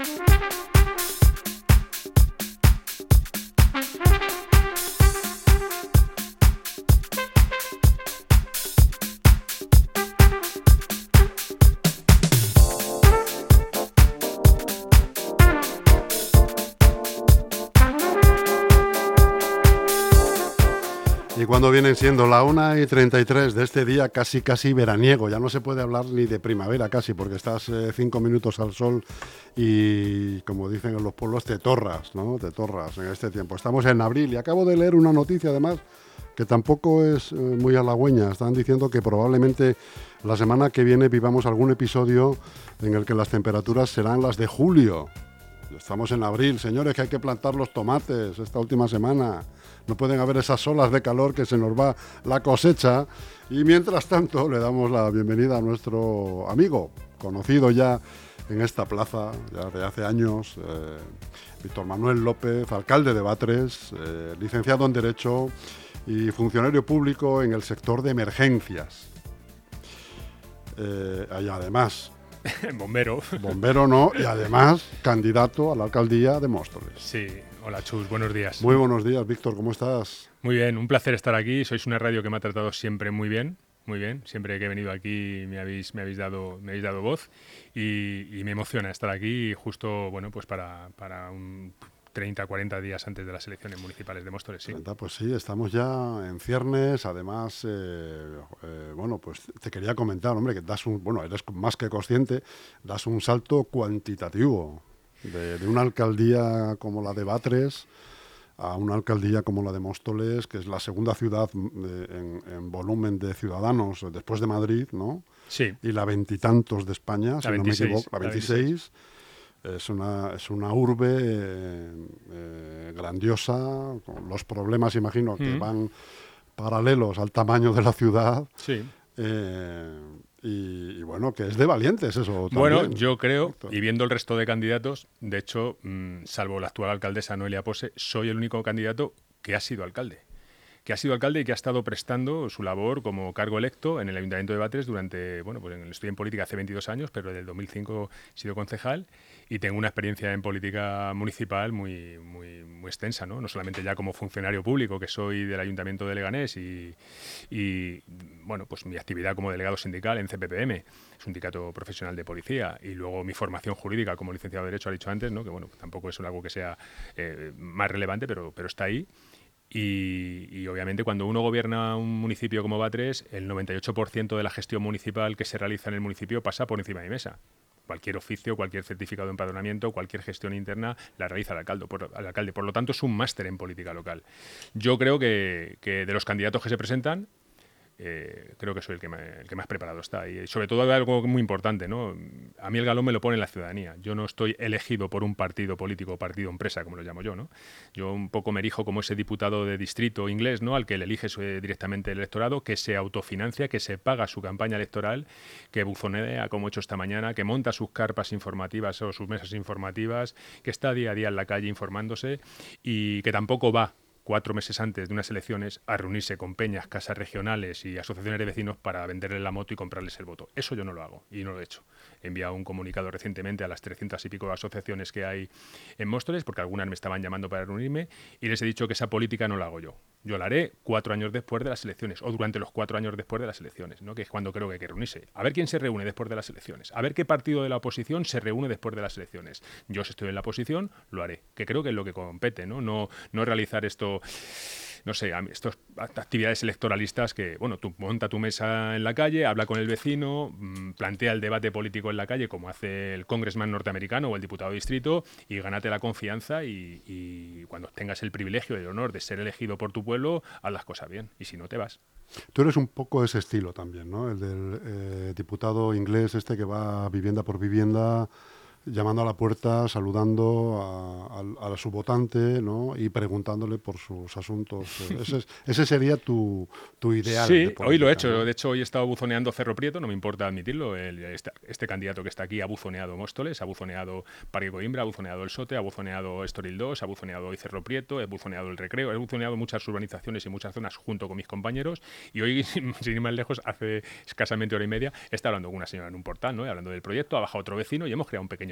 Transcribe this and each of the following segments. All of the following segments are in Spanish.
Y cuando vienen siendo la 1:33 de este día casi veraniego, ya no se puede hablar ni de primavera casi, porque estás 5 minutos al sol y, como dicen en los pueblos, te torras, ¿no? Te torras en este tiempo. Estamos en abril y acabo de leer una noticia, además, que tampoco es muy halagüeña. Están diciendo que probablemente la semana que viene vivamos algún episodio en el que las temperaturas serán las de julio. Estamos en abril, señores, que hay que plantar los tomates esta última semana. No pueden haber esas olas de calor que se nos va la cosecha. Y mientras tanto le damos la bienvenida a nuestro amigo, conocido ya en esta plaza, ya de hace años, Víctor Manuel López, alcalde de Batres, licenciado en Derecho y funcionario público en el sector de emergencias. Y además... Bombero. Bombero no, y además candidato a la alcaldía de Móstoles. Sí, hola Chus, buenos días. Muy buenos días, Víctor, ¿cómo estás? Muy bien, un placer estar aquí. Sois una radio que me ha tratado siempre muy bien. Siempre que he venido aquí me habéis dado voz y me emociona estar aquí justo, bueno, pues para un 30, 40 días antes de las elecciones municipales de Móstoles, sí. Pues sí, estamos ya en ciernes. Además, bueno, pues te quería comentar, hombre, que eres más que consciente, das un salto cuantitativo de una alcaldía como la de Batres a una alcaldía como la de Móstoles, que es la segunda ciudad en volumen de ciudadanos después de Madrid, ¿no? Sí. Y la veintitantos de España, si no me equivoco, la 26. Es una urbe grandiosa, con los problemas, imagino, que van paralelos al tamaño de la ciudad. Sí. Y bueno, que es de valientes eso también. Bueno, yo creo, y viendo el resto de candidatos, de hecho, salvo la actual alcaldesa Noelia Pose, soy el único candidato que ha sido alcalde. Y que ha estado prestando su labor como cargo electo en el Ayuntamiento de Batres durante, bueno, pues estoy en política hace 22 años, pero desde el 2005 he sido concejal y tengo una experiencia en política municipal muy extensa, ¿no? No solamente ya como funcionario público, que soy del Ayuntamiento de Leganés y bueno, pues mi actividad como delegado sindical en CPPM, Sindicato Profesional de Policía, y luego mi formación jurídica como licenciado de Derecho, ha dicho antes, ¿no? Que bueno, tampoco es algo que sea más relevante, pero está ahí. Y obviamente cuando uno gobierna un municipio como Batres, el 98% de la gestión municipal que se realiza en el municipio pasa por encima de mi mesa. Cualquier oficio, cualquier certificado de empadronamiento, cualquier gestión interna la realiza el alcalde. Por lo tanto, es un máster en política local. Yo creo que de los candidatos que se presentan, creo que soy el que más preparado está. Y sobre todo algo muy importante, ¿no? A mí el galón me lo pone la ciudadanía. Yo no estoy elegido por un partido político, partido empresa, como lo llamo yo, ¿no? Yo un poco me erijo como ese diputado de distrito inglés, ¿no? Al que le elige directamente el electorado, que se autofinancia, que se paga su campaña electoral, que buzonea, como he hecho esta mañana, que monta sus carpas informativas o sus mesas informativas, que está día a día en la calle informándose y que tampoco va 4 meses antes de unas elecciones a reunirse con peñas, casas regionales y asociaciones de vecinos para venderles la moto y comprarles el voto. Eso yo no lo hago y no lo he hecho. He enviado un comunicado recientemente a las 300 y pico asociaciones que hay en Móstoles, porque algunas me estaban llamando para reunirme, y les he dicho que esa política no la hago yo. Yo la haré 4 años después de las elecciones, o durante los 4 años después de las elecciones, ¿no? Que es cuando creo que hay que reunirse. A ver quién se reúne después de las elecciones. A ver qué partido de la oposición se reúne después de las elecciones. Yo, si estoy en la oposición, lo haré, que creo que es lo que compete, ¿no? No realizar esto... No sé, estas actividades electoralistas que, bueno, tú monta tu mesa en la calle, habla con el vecino, plantea el debate político en la calle, como hace el congressman norteamericano o el diputado de distrito, y gánate la confianza y cuando tengas el privilegio y el honor de ser elegido por tu pueblo, haz las cosas bien, y si no, te vas. Tú eres un poco ese estilo también, ¿no? El del diputado inglés que va vivienda por vivienda, llamando a la puerta, saludando a su votante, ¿no? Y preguntándole por sus asuntos. Ese sería tu ideal. Sí, hoy lo he hecho. ¿No? De hecho, hoy he estado buzoneando Cerro Prieto, no me importa admitirlo. Este candidato que está aquí ha buzoneado Móstoles, ha buzoneado Parque Coimbra, ha buzoneado El Sote, ha buzoneado Estoril 2, ha buzoneado hoy Cerro Prieto, he buzoneado El Recreo, he buzoneado muchas urbanizaciones y muchas zonas junto con mis compañeros. Y hoy, sin ir más lejos, hace escasamente hora y media, he estado hablando con una señora en un portal, ¿no? Hablando del proyecto, ha bajado otro vecino y hemos creado un pequeño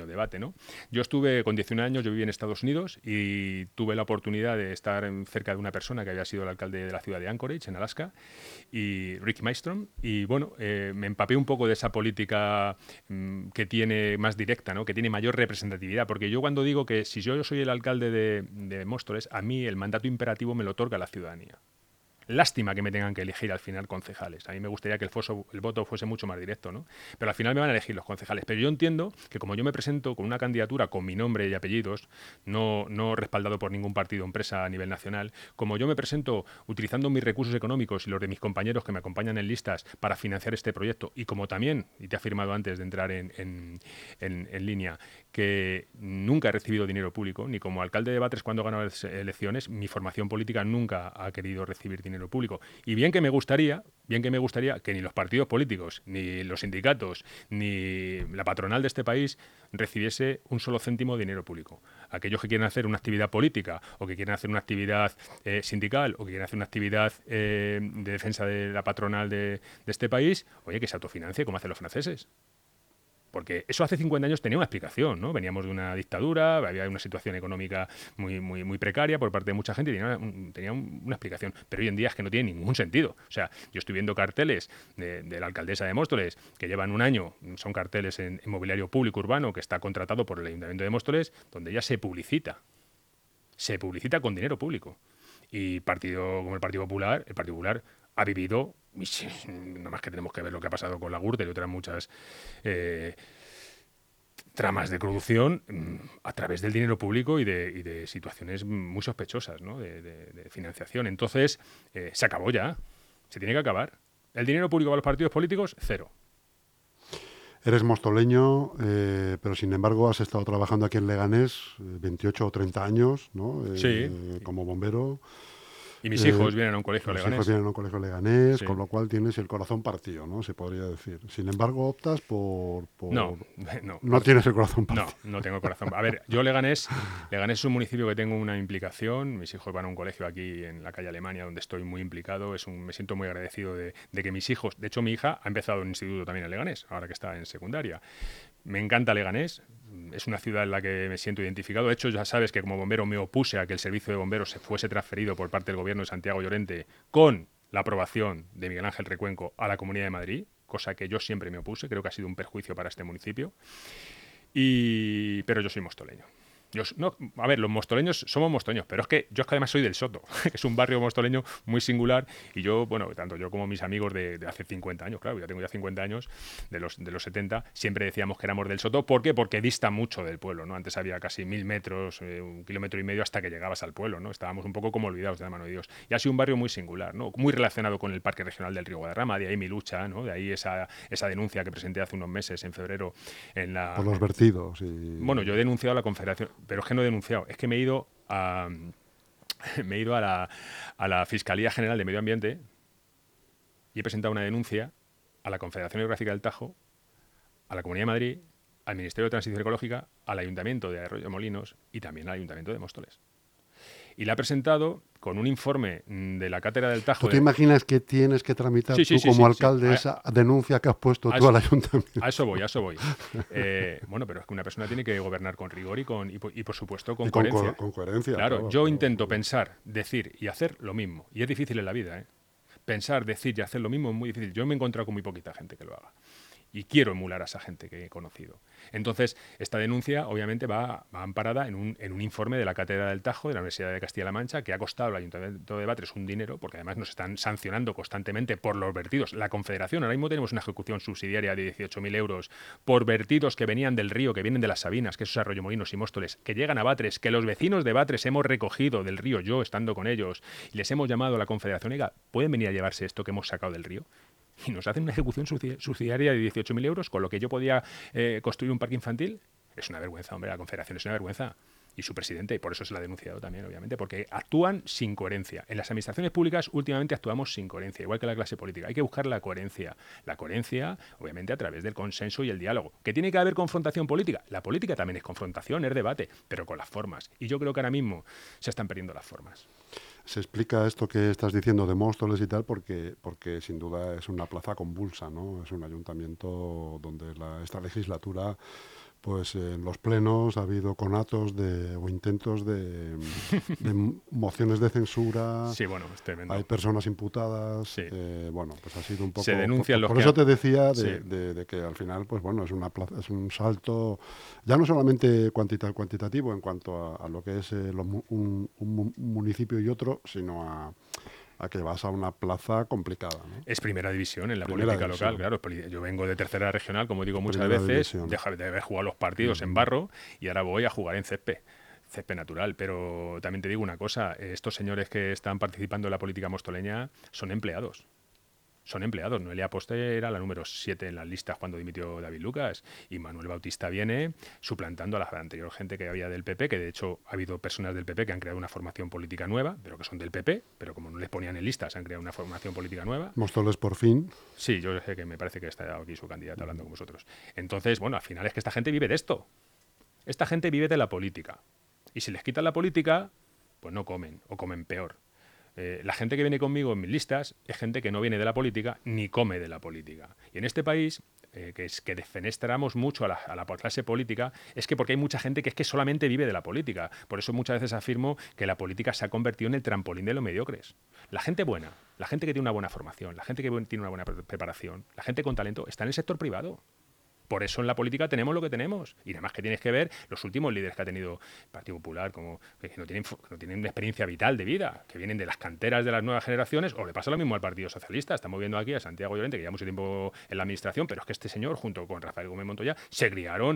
pequeño debate, ¿no? Yo estuve con 19 años, yo viví en Estados Unidos y tuve la oportunidad de estar cerca de una persona que había sido el alcalde de la ciudad de Anchorage, en Alaska, y Rick Mystrom, y bueno, me empapé un poco de esa política que tiene más directa, ¿no? Que tiene mayor representatividad, porque yo cuando digo que si yo soy el alcalde de Móstoles, a mí el mandato imperativo me lo otorga la ciudadanía. Lástima que me tengan que elegir al final concejales. A mí me gustaría que el voto fuese mucho más directo, ¿no? Pero al final me van a elegir los concejales. Pero yo entiendo que como yo me presento con una candidatura con mi nombre y apellidos, no respaldado por ningún partido o empresa a nivel nacional, como yo me presento utilizando mis recursos económicos y los de mis compañeros que me acompañan en listas para financiar este proyecto, y como también, y te he afirmado antes de entrar en línea, que nunca he recibido dinero público, ni como alcalde de Batres cuando ganó las elecciones, mi formación política nunca ha querido recibir dinero público. Y bien que me gustaría que ni los partidos políticos, ni los sindicatos, ni la patronal de este país recibiese un solo céntimo de dinero público. Aquellos que quieren hacer una actividad política, o que quieren hacer una actividad sindical, o que quieren hacer una actividad de defensa de la patronal de este país, oye, que se autofinancie como hacen los franceses. Porque eso hace 50 años tenía una explicación, ¿no? Veníamos de una dictadura, había una situación económica muy precaria por parte de mucha gente y tenía una explicación. Pero hoy en día es que no tiene ningún sentido. O sea, yo estoy viendo carteles de la alcaldesa de Móstoles que llevan un año, son carteles en mobiliario público urbano que está contratado por el Ayuntamiento de Móstoles, donde ella se publicita con dinero público. Y partido como el Partido Popular ha vivido, nada más que tenemos que ver lo que ha pasado con la Gürtel y otras muchas tramas de corrupción a través del dinero público y de situaciones muy sospechosas, ¿no? de financiación. Entonces, se acabó ya, se tiene que acabar. El dinero público para los partidos políticos, cero. Eres mostoleño, pero sin embargo has estado trabajando aquí en Leganés 28 o 30 años, ¿no? Sí. Como bombero. Y mis hijos vienen a un colegio leganés. Mis hijos vienen a un colegio leganés, Sí. con lo cual tienes el corazón partido, ¿no? Se podría decir. Sin embargo, optas por... No. No tienes el corazón partido. No tengo corazón. A ver, yo Leganés es un municipio que tengo una implicación. Mis hijos van a un colegio aquí en la calle Alemania, donde estoy muy implicado. Me siento muy agradecido de que mis hijos... De hecho, mi hija ha empezado un instituto también en Leganés, ahora que está en secundaria. Me encanta Leganés. Es una ciudad en la que me siento identificado. De hecho, ya sabes que como bombero me opuse a que el servicio de bomberos se fuese transferido por parte del gobierno de Santiago Llorente con la aprobación de Miguel Ángel Recuenco a la Comunidad de Madrid, cosa que yo siempre me opuse. Creo que ha sido un perjuicio para este municipio. Pero yo soy mostoleño. A ver, los mostoleños somos mostoleños, pero es que además soy del Soto, que es un barrio mostoleño muy singular, y yo, bueno, tanto yo como mis amigos de hace 50 años, claro, ya tengo 50 años, de los 70, siempre decíamos que éramos del Soto. ¿Por qué? Porque dista mucho del pueblo, ¿no? Antes había casi 1000 metros, 1,5 kilómetros hasta que llegabas al pueblo, ¿no? Estábamos un poco como olvidados de la mano de Dios. Y ha sido un barrio muy singular, ¿no? Muy relacionado con el Parque Regional del Río Guadarrama, de ahí mi lucha, ¿no? De ahí esa denuncia que presenté hace unos meses, en febrero, por los vertidos. Bueno, yo he denunciado a la Confederación, pero es que no he denunciado, es que me he ido a la Fiscalía General de Medio Ambiente y he presentado una denuncia a la Confederación Hidrográfica del Tajo, a la Comunidad de Madrid, al Ministerio de Transición Ecológica, al Ayuntamiento de Arroyomolinos y también al Ayuntamiento de Móstoles. Y la ha presentado con un informe de la Cátedra del Tajo. ¿Tú te imaginas que tienes que tramitar tú como alcalde esa denuncia que has puesto tú al ayuntamiento? A eso voy. Bueno, pero es que una persona tiene que gobernar con rigor y por supuesto con coherencia. Con coherencia. Claro, yo intento pensar, decir y hacer lo mismo. Y es difícil en la vida, ¿eh? Pensar, decir y hacer lo mismo es muy difícil. Yo me he encontrado con muy poquita gente que lo haga. Y quiero emular a esa gente que he conocido. Entonces, esta denuncia obviamente va amparada en un informe de la Cátedra del Tajo de la Universidad de Castilla-La Mancha, que ha costado al Ayuntamiento de Batres un dinero, porque además nos están sancionando constantemente por los vertidos. La Confederación, ahora mismo tenemos una ejecución subsidiaria de 18.000 euros por vertidos que venían del río, que vienen de las Sabinas, que esos Arroyomolinos y Móstoles, que llegan a Batres, que los vecinos de Batres hemos recogido del río, yo estando con ellos, y les hemos llamado a la Confederación, oiga, ¿pueden venir a llevarse esto que hemos sacado del río? Y nos hacen una ejecución subsidiaria de 18.000 euros, con lo que yo podía construir un parque infantil. Es una vergüenza, hombre, la Confederación es una vergüenza. Y su presidente, y por eso se la ha denunciado también, obviamente, porque actúan sin coherencia. En las administraciones públicas últimamente actuamos sin coherencia, igual que la clase política. Hay que buscar la coherencia. La coherencia, obviamente, a través del consenso y el diálogo. ¿Que tiene que haber confrontación política? La política también es confrontación, es debate, pero con las formas. Y yo creo que ahora mismo se están perdiendo las formas. Se explica esto que estás diciendo de Móstoles y tal porque sin duda es una plaza convulsa, ¿no? Es un ayuntamiento donde esta legislatura pues en los plenos ha habido conatos o intentos de mociones de censura. Sí, bueno, es tremendo. Hay personas imputadas. Sí. Bueno, pues ha sido un poco... Se denuncian los por que eso te decía Sí. de que al final, pues bueno, es un salto ya no solamente cuantitativo en cuanto a lo que es un municipio y otro, sino a que vas a una plaza complicada, ¿no? Es primera división en la Primera política división. local, claro. Yo vengo de tercera regional, como digo muchas Primera veces, división. de haber jugado los partidos en barro y ahora voy a jugar en césped natural. Pero también te digo una cosa, estos señores que están participando en la política mostoleña son empleados. Son empleados. Noelia Poste era la número 7 en las listas cuando dimitió David Lucas y Manuel Bautista viene suplantando a la anterior gente que había del PP, que de hecho ha habido personas del PP que han creado una formación política nueva, pero que son del PP, pero como no les ponían en listas, han creado una formación política nueva. Móstoles por fin. Sí, yo sé que me parece que está aquí su candidata hablando con vosotros. Entonces, bueno, al final es que esta gente vive de esto. Esta gente vive de la política. Y si les quitan la política, pues no comen, o comen peor. La gente que viene conmigo en mis listas es gente que no viene de la política ni come de la política. Y en este país, que defenestramos mucho a la clase política, es que porque hay mucha gente que es que solamente vive de la política. Por eso muchas veces afirmo que la política se ha convertido en el trampolín de los mediocres. La gente buena, la gente que tiene una buena formación, la gente que tiene una buena preparación, la gente con talento, está en el sector privado. Por eso en la política tenemos lo que tenemos. Y nada más que tienes que ver los últimos líderes que ha tenido el Partido Popular, como que no tienen una experiencia vital de vida, que vienen de las canteras de las nuevas generaciones, o le pasa lo mismo al Partido Socialista. Estamos viendo aquí a Santiago Llorente, que lleva mucho tiempo en la administración, pero es que este señor, junto con Rafael Gómez Montoya, se criaron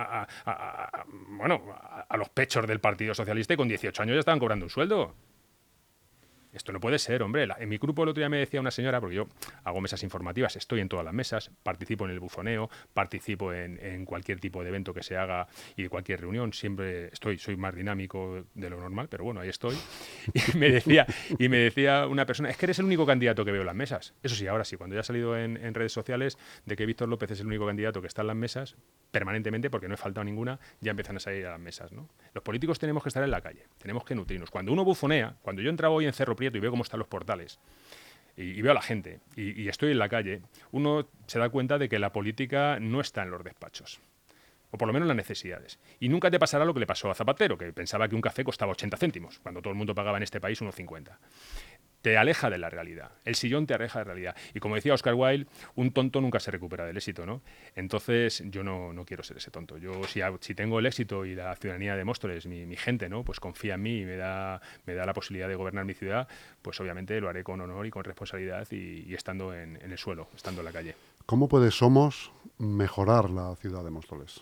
a los pechos del Partido Socialista y con 18 años ya estaban cobrando un sueldo. Esto no puede ser, hombre. En mi grupo el otro día me decía una señora, porque yo hago mesas informativas, estoy en todas las mesas, participo en el bufoneo, participo en cualquier tipo de evento que se haga y cualquier reunión, siempre soy más dinámico de lo normal, pero bueno, ahí estoy. Y me decía una persona, es que eres el único candidato que veo en las mesas. Eso sí, ahora sí, cuando ya ha salido en redes sociales de que Víctor López es el único candidato que está en las mesas, permanentemente, porque no he faltado ninguna, ya empiezan a salir a las mesas, ¿no? Los políticos tenemos que estar en la calle, tenemos que nutrirnos. Cuando uno bufonea, cuando yo entraba hoy en Cerro Prieto y veo cómo están los portales, y veo a la gente, y estoy en la calle, uno se da cuenta de que la política no está en los despachos, o por lo menos en las necesidades. Y nunca te pasará lo que le pasó a Zapatero, que pensaba que un café costaba 80 céntimos, cuando todo el mundo pagaba en este país unos 50. Te aleja de la realidad. El sillón te aleja de la realidad. Y como decía Oscar Wilde, un tonto nunca se recupera del éxito, ¿no? Entonces, yo no quiero ser ese tonto. Yo, si tengo el éxito y la ciudadanía de Móstoles, mi gente, ¿no? Pues confía en mí y me da la posibilidad de gobernar mi ciudad, pues obviamente lo haré con honor y con responsabilidad y estando en el suelo, estando en la calle. ¿Cómo puede Somos mejorar la ciudad de Móstoles?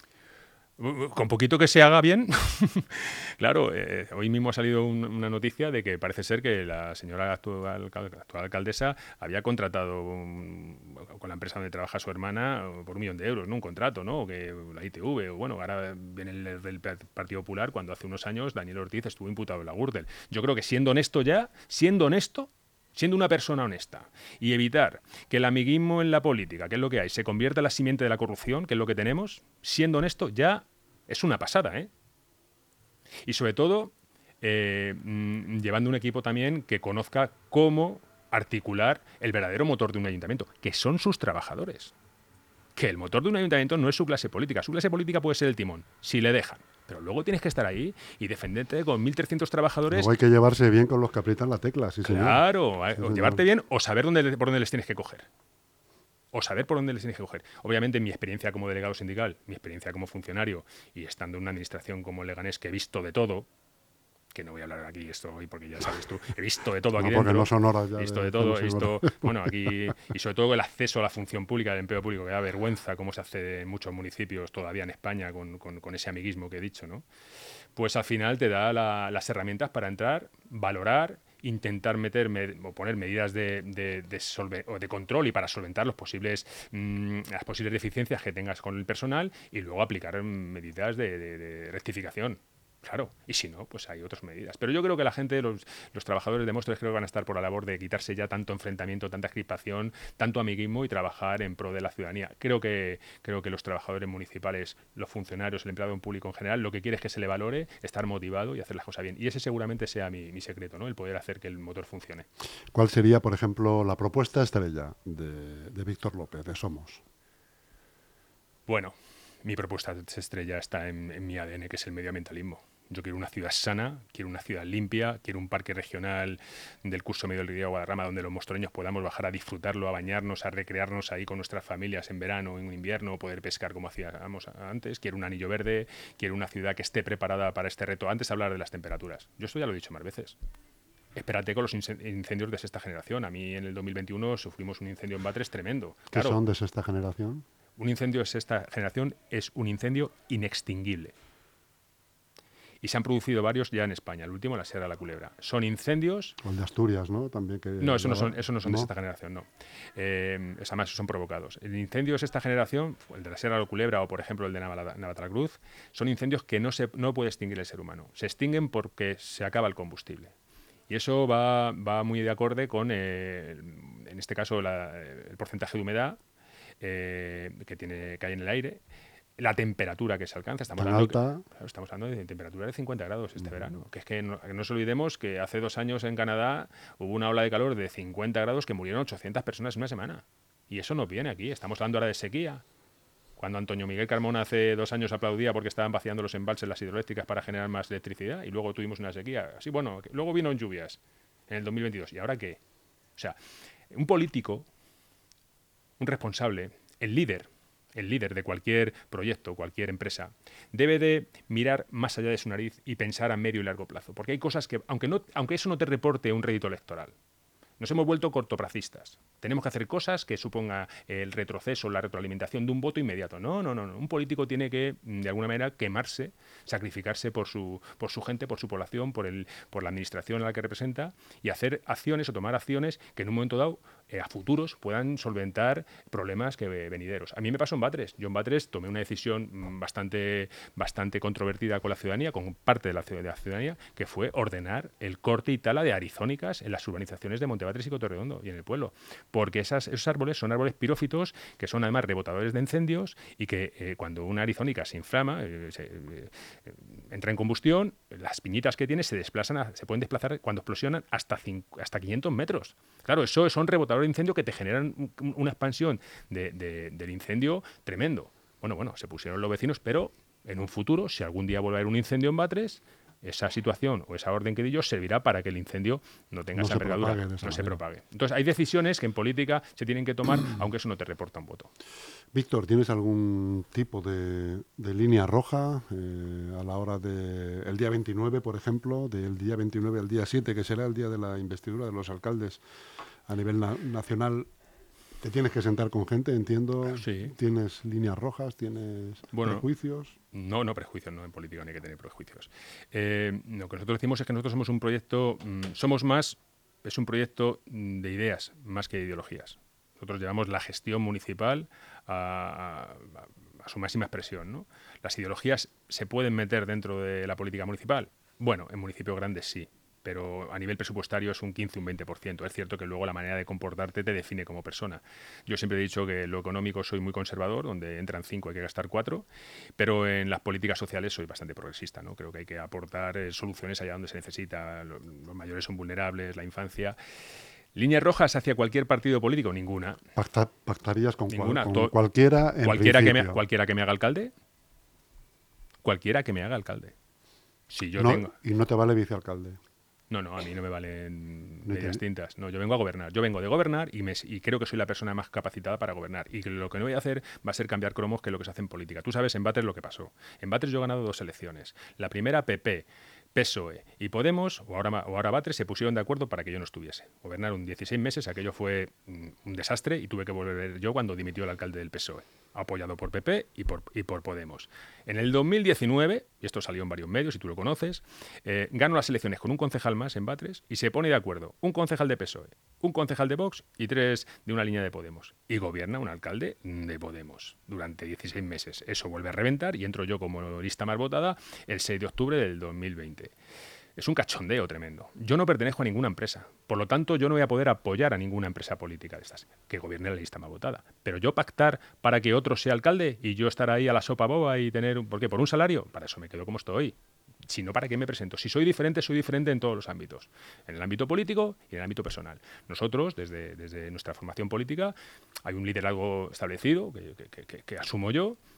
Con poquito que se haga bien. Claro, hoy mismo ha salido una noticia de que parece ser que la señora actual alcaldesa había contratado con la empresa donde trabaja su hermana por 1 millón de euros, ¿no? Un contrato, ¿no? Que la ITV, o bueno, ahora viene el del Partido Popular, cuando hace unos años Daniel Ortiz estuvo imputado en la Gürtel. Yo creo que siendo una persona honesta y evitar que el amiguismo en la política, que es lo que hay, se convierta en la simiente de la corrupción, que es lo que tenemos, siendo honesto, ya es una pasada, ¿eh? Y sobre todo, llevando un equipo también que conozca cómo articular el verdadero motor de un ayuntamiento, que son sus trabajadores. Que el motor de un ayuntamiento no es su clase política. Su clase política puede ser el timón, si le dejan. Pero luego tienes que estar ahí y defenderte con 1.300 trabajadores. Luego hay que llevarse bien con los que aprietan la tecla, sí, señor. Claro, Sí, o llevarte bien o saber por dónde les tienes que coger. Obviamente, mi experiencia como delegado sindical, mi experiencia como funcionario y estando en una administración como Leganés, que he visto de todo, que no voy a hablar aquí esto hoy porque ya sabes tú, he visto de todo aquí porque dentro. No son horas ya. He visto de todo, he visto, bueno, aquí, y sobre todo el acceso a la función pública, al empleo público, que da vergüenza cómo se hace en muchos municipios todavía en España con ese amiguismo que he dicho, ¿no? Pues al final te da las herramientas para entrar, valorar, intentar o poner medidas de control y para solventar las posibles deficiencias que tengas con el personal y luego aplicar medidas de rectificación. Claro, y si no, pues hay otras medidas. Pero yo creo que la gente, los trabajadores de Móstoles, creo que van a estar por la labor de quitarse ya tanto enfrentamiento, tanta crispación, tanto amiguismo y trabajar en pro de la ciudadanía. Creo que los trabajadores municipales, los funcionarios, el empleado público en general, lo que quiere es que se le valore, estar motivado y hacer las cosas bien. Y ese seguramente sea mi secreto, ¿no? El poder hacer que el motor funcione. ¿Cuál sería, por ejemplo, la propuesta estrella de Víctor López, de Somos? Bueno, Mi propuesta estrella está en mi ADN, que es el medioambientalismo. Yo quiero una ciudad sana, quiero una ciudad limpia, quiero un parque regional del curso medio del río Guadarrama donde los mostroños podamos bajar a disfrutarlo, a bañarnos, a recrearnos ahí con nuestras familias en verano, en invierno, poder pescar como hacíamos antes. Quiero un anillo verde, quiero una ciudad que esté preparada para este reto. Antes de hablar de las temperaturas. Yo esto ya lo he dicho más veces. Espérate con los incendios de sexta generación. A mí en el 2021 sufrimos un incendio en Batres tremendo. ¿Qué son de sexta generación? Un incendio de sexta generación es un incendio inextinguible. Y se han producido varios ya en España. El último, la Sierra de la Culebra. Son incendios... O el de Asturias, ¿no? También que no, eso no son de sexta generación, no. Además, son provocados. El incendio de sexta generación, el de la Sierra de la Culebra o, por ejemplo, el de Navatracruz, son incendios que no puede extinguir el ser humano. Se extinguen porque se acaba el combustible. Y eso va muy de acorde con, en este caso, el porcentaje de humedad que hay en el aire, la temperatura que se alcanza. Estamos hablando de temperatura de 50 grados este verano. Que es que no nos olvidemos que hace 2 años en Canadá hubo una ola de calor de 50 grados que murieron 800 personas en una semana. Y eso no viene aquí. Estamos hablando ahora de sequía. Cuando Antonio Miguel Carmona hace 2 años aplaudía porque estaban vaciando los embalses, las hidroeléctricas para generar más electricidad, y luego tuvimos una sequía. Así, bueno, luego vino en lluvias en el 2022. ¿Y ahora qué? O sea, un político, un responsable, el líder de cualquier proyecto, cualquier empresa, debe de mirar más allá de su nariz y pensar a medio y largo plazo. Porque hay cosas que, aunque eso no te reporte un rédito electoral, nos hemos vuelto cortoplacistas. Tenemos que hacer cosas que suponga el retroceso, la retroalimentación de un voto inmediato. No. Un político tiene que, de alguna manera, quemarse, sacrificarse por su gente, por su población, por la administración a la que representa, y hacer acciones o tomar acciones que en un momento dado, a futuros, puedan solventar problemas venideros. A mí me pasó en Batres. Yo en Batres tomé una decisión bastante controvertida con la ciudadanía, con parte de la ciudadanía, que fue ordenar el corte y tala de arizónicas en las urbanizaciones de Montebatres y Cotorredondo y en el pueblo. Porque esos árboles son árboles pirófitos que son además rebotadores de incendios y que cuando una arizónica se inflama, entra en combustión, las piñitas que tiene se pueden desplazar cuando explosionan hasta 500 metros. Claro, eso son rebotadores de incendio que te generan una expansión del incendio tremendo. Bueno, se pusieron los vecinos, pero en un futuro, si algún día vuelve a haber un incendio en Batres, esa situación o esa orden que di yo servirá para que el incendio no tenga esa envergadura, no se propague. Entonces, hay decisiones que en política se tienen que tomar, aunque eso no te reporta un voto. Víctor, ¿tienes algún tipo de línea roja a la hora del día 29, por ejemplo, del día 29 al día 7, que será el día de la investidura de los alcaldes a nivel nacional? Te tienes que sentar con gente, entiendo. Sí. ¿Tienes líneas rojas? ¿Tienes prejuicios? No, prejuicios, no, en política no hay que tener prejuicios. Lo que nosotros decimos es que nosotros somos un proyecto, es un proyecto de ideas más que de ideologías. Nosotros llevamos la gestión municipal a su máxima expresión, ¿no? ¿Las ideologías se pueden meter dentro de la política municipal? Bueno, en municipios grandes sí, pero a nivel presupuestario es un 15, un 20%. Es cierto que luego la manera de comportarte te define como persona. Yo siempre he dicho que en lo económico soy muy conservador, donde entran 5 hay que gastar 4, pero en las políticas sociales soy bastante progresista, ¿no? Creo que hay que aportar soluciones allá donde se necesita. Los mayores son vulnerables, la infancia. ¿Líneas rojas hacia cualquier partido político? Ninguna. ¿Pactarías con Ninguna. Cualquiera en principio? Cualquiera que me haga alcalde. Cualquiera que me haga alcalde. Si yo ¿Y no te vale vicealcalde? No, a mí no me valen medias tintas. No, yo vengo a gobernar. Yo vengo de gobernar y creo que soy la persona más capacitada para gobernar. Y lo que no voy a hacer va a ser cambiar cromos, que es lo que se hace en política. Tú sabes en Batres lo que pasó. En Batres yo he ganado 2 elecciones. La primera, PP, PSOE y Podemos, o ahora Batres, se pusieron de acuerdo para que yo no estuviese. Gobernaron 16 meses, aquello fue un desastre y tuve que volver yo cuando dimitió el alcalde del PSOE, apoyado por PP y por Podemos. En el 2019, y esto salió en varios medios y tú lo conoces, gano las elecciones con un concejal más en Batres y se pone de acuerdo un concejal de PSOE, un concejal de Vox y 3 de una línea de Podemos. Y gobierna un alcalde de Podemos durante 16 meses. Eso vuelve a reventar y entro yo como lista más votada el 6 de octubre del 2020. Es un cachondeo tremendo. Yo no pertenezco a ninguna empresa. Por lo tanto, yo no voy a poder apoyar a ninguna empresa política de estas que gobierne la lista más votada. Pero yo pactar para que otro sea alcalde y yo estar ahí a la sopa boba y tener... ¿Por qué? ¿Por un salario? Para eso me quedo como estoy. Si no, ¿para qué me presento? Si soy diferente en todos los ámbitos. En el ámbito político y en el ámbito personal. Nosotros, desde nuestra formación política, hay un liderazgo establecido que asumo yo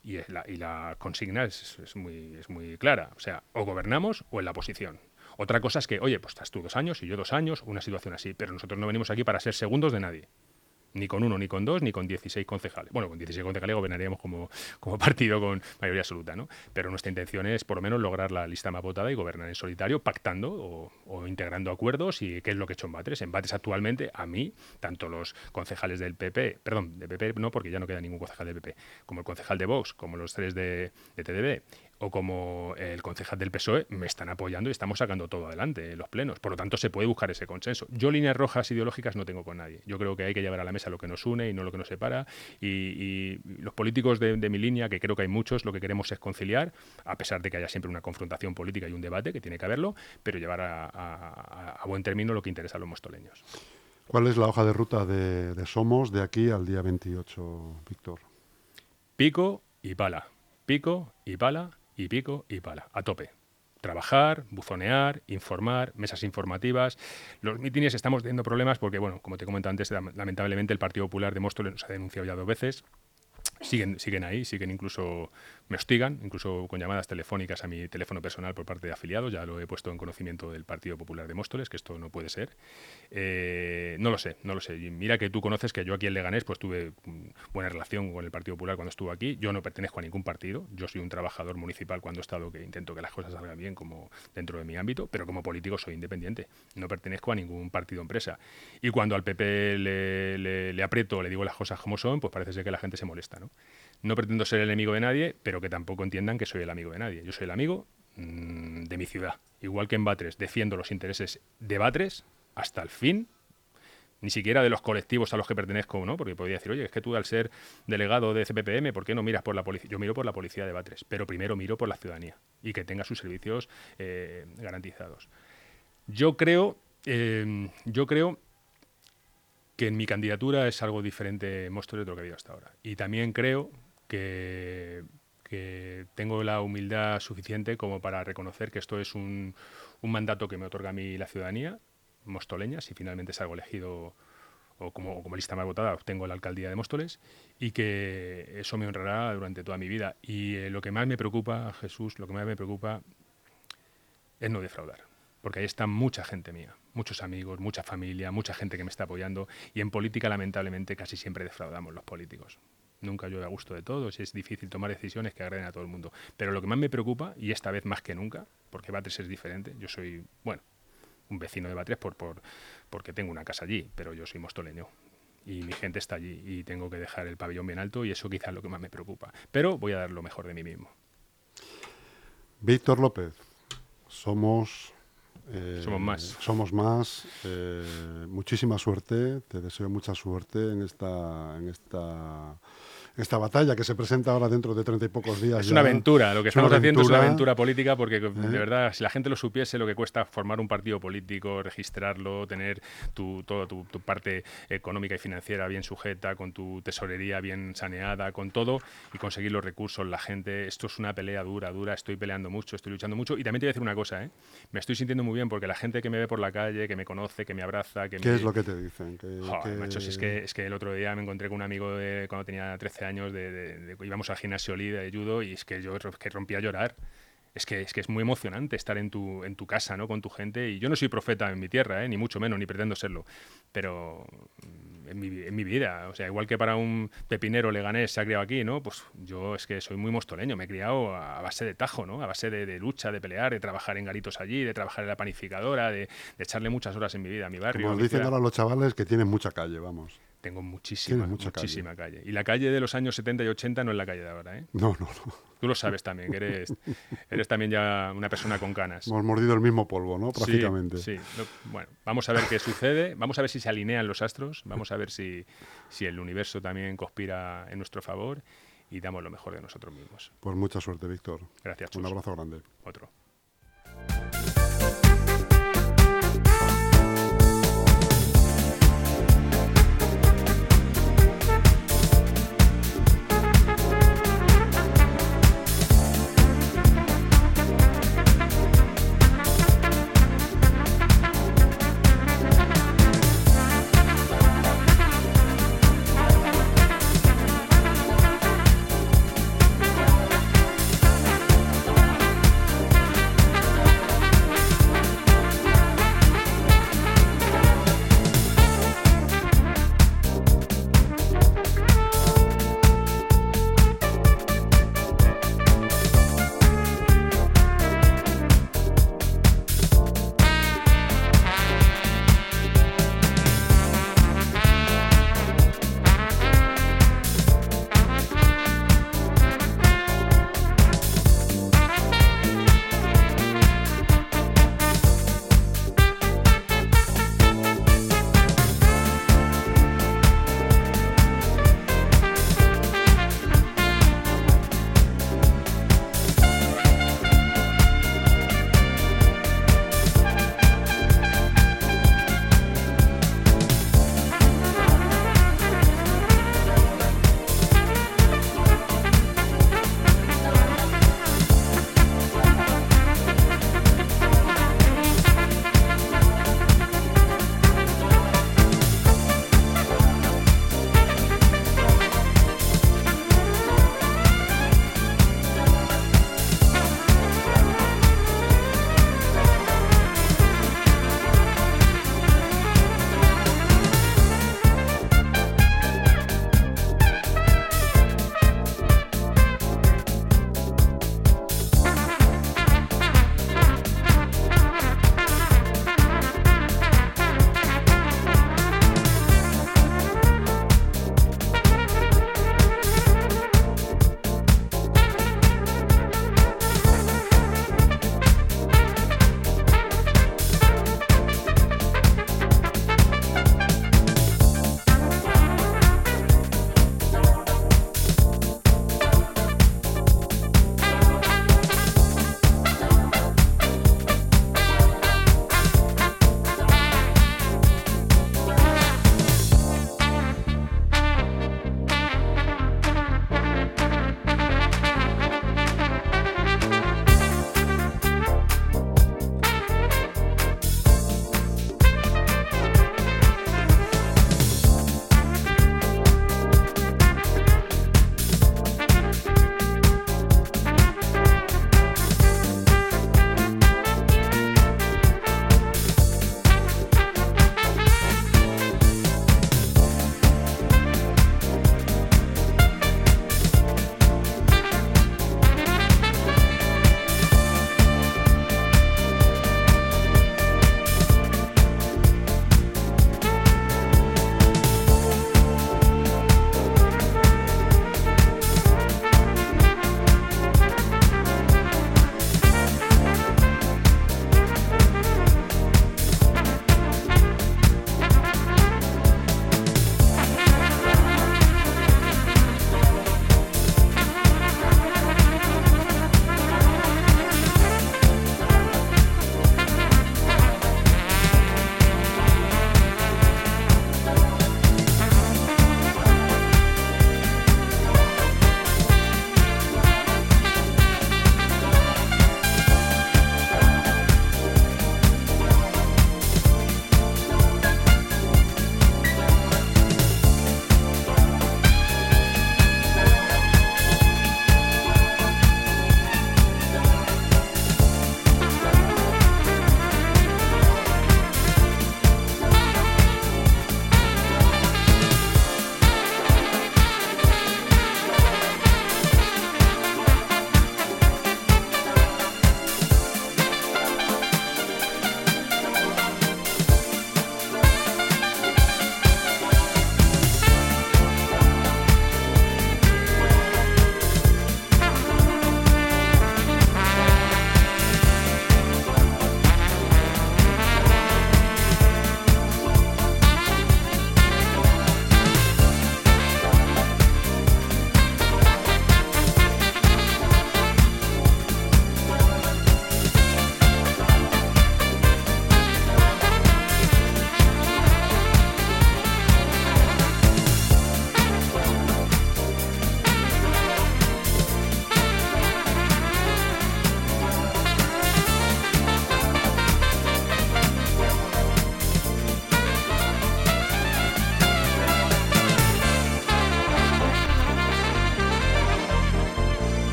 Y la consigna es muy clara. O sea, o gobernamos o en la oposición. Otra cosa es que, oye, pues estás tú 2 años y yo 2 años, una situación así, pero nosotros no venimos aquí para ser segundos de nadie. Ni con 1, ni con 2, ni con 16 concejales. Bueno, con 16 concejales gobernaríamos como partido con mayoría absoluta, ¿no? Pero nuestra intención es, por lo menos, lograr la lista más votada y gobernar en solitario, pactando o integrando acuerdos. ¿Y qué es lo que he hecho en Batres? En Batres, actualmente, a mí, tanto los concejales del PP, perdón, de PP no, porque ya no queda ningún concejal del PP, como el concejal de Vox, como los 3 de TDB, o como el concejal del PSOE, me están apoyando y estamos sacando todo adelante en los plenos. Por lo tanto, se puede buscar ese consenso. Yo líneas rojas ideológicas no tengo con nadie. Yo creo que hay que llevar a la mesa lo que nos une y no lo que nos separa. Y los políticos de mi línea, que creo que hay muchos, lo que queremos es conciliar, a pesar de que haya siempre una confrontación política y un debate, que tiene que haberlo, pero llevar a buen término lo que interesa a los mostoleños. ¿Cuál es la hoja de ruta de Somos de aquí al día 28, Víctor? Pico y pala. Pico y pala. Y pico y pala, a tope. Trabajar, buzonear, informar, mesas informativas. Los mítines estamos teniendo problemas porque, bueno, como te comenté antes, lamentablemente el Partido Popular de Móstoles nos ha denunciado ya 2 veces. Siguen ahí, incluso me hostigan, incluso con llamadas telefónicas a mi teléfono personal por parte de afiliados. Ya lo he puesto en conocimiento del Partido Popular de Móstoles, que esto no puede ser. No lo sé. Y mira que tú conoces que yo aquí en Leganés pues tuve buena relación con el Partido Popular cuando estuve aquí. Yo no pertenezco a ningún partido. Yo soy un trabajador municipal cuando he estado, que intento que las cosas salgan bien como dentro de mi ámbito, pero como político soy independiente. No pertenezco a ningún partido empresa. Y cuando al PP le aprieto, le digo las cosas como son, pues parece ser que la gente se molesta, ¿no? No pretendo ser el enemigo de nadie, pero que tampoco entiendan que soy el amigo de nadie. Yo soy el amigo de mi ciudad. Igual que en Batres defiendo los intereses de Batres hasta el fin, ni siquiera de los colectivos a los que pertenezco, ¿no? Porque podría decir, oye, es que tú al ser delegado de CPPM, ¿por qué no miras por la policía? Yo miro por la policía de Batres, pero primero miro por la ciudadanía y que tenga sus servicios garantizados. Yo creo que en mi candidatura es algo diferente en Móstoles de lo que ha habido hasta ahora. Y también creo que tengo la humildad suficiente como para reconocer que esto es un mandato que me otorga a mí la ciudadanía mostoleña, si finalmente salgo elegido o como lista más votada obtengo la alcaldía de Móstoles, y que eso me honrará durante toda mi vida. Y lo que más me preocupa, Jesús, es no defraudar. Porque ahí está mucha gente mía, muchos amigos, mucha familia, mucha gente que me está apoyando, y en política lamentablemente casi siempre defraudamos los políticos. Nunca llueve a gusto de todos y es difícil tomar decisiones que agraden a todo el mundo. Pero lo que más me preocupa, y esta vez más que nunca, porque Batres es diferente, yo soy, bueno, un vecino de Batres porque tengo una casa allí, pero yo soy mostoleño y mi gente está allí y tengo que dejar el pabellón bien alto, y eso quizás es lo que más me preocupa. Pero voy a dar lo mejor de mí mismo. Víctor López, Somos más. Somos más. Muchísima suerte. Te deseo mucha suerte en esta batalla que se presenta ahora dentro de 30 y pocos días. Es una aventura. Lo que estamos haciendo es una aventura política, porque de verdad, si la gente lo supiese, lo que cuesta formar un partido político, registrarlo, tener toda tu parte económica y financiera bien sujeta, con tu tesorería bien saneada, con todo, y conseguir los recursos, la gente. Esto es una pelea dura. Estoy peleando mucho, estoy luchando mucho. Y también te voy a decir una cosa, me estoy sintiendo muy bien porque la gente que me ve por la calle, que me conoce, que me abraza... ¿Qué es lo que te dicen? Macho, si es que el otro día me encontré con un amigo cuando tenía 13 años, íbamos al gimnasio de judo, y es que yo rompí a llorar. Es que es muy emocionante estar en tu casa, ¿no? Con tu gente. Y yo no soy profeta en mi tierra, ni mucho menos, ni pretendo serlo. Pero en mi vida, o sea, igual que para un pepinero leganés se ha criado aquí, ¿no? Pues yo es que soy muy mostoleño, me he criado a base de tajo, ¿no? A base de lucha, de pelear, de trabajar en garitos allí, de trabajar en la panificadora, de echarle muchas horas en mi vida, a mi barrio. Como dicen ahora los chavales, que tienen mucha calle, vamos. Tengo muchísima calle. Y la calle de los años 70 y 80 no es la calle de ahora, ¿eh? No. Tú lo sabes también, que eres también ya una persona con canas. Hemos mordido el mismo polvo, ¿no? Prácticamente. Sí. Bueno, vamos a ver qué sucede. Vamos a ver si se alinean los astros. Vamos a ver si el universo también conspira en nuestro favor y damos lo mejor de nosotros mismos. Pues mucha suerte, Víctor. Gracias, Chus. Un abrazo grande. Otro.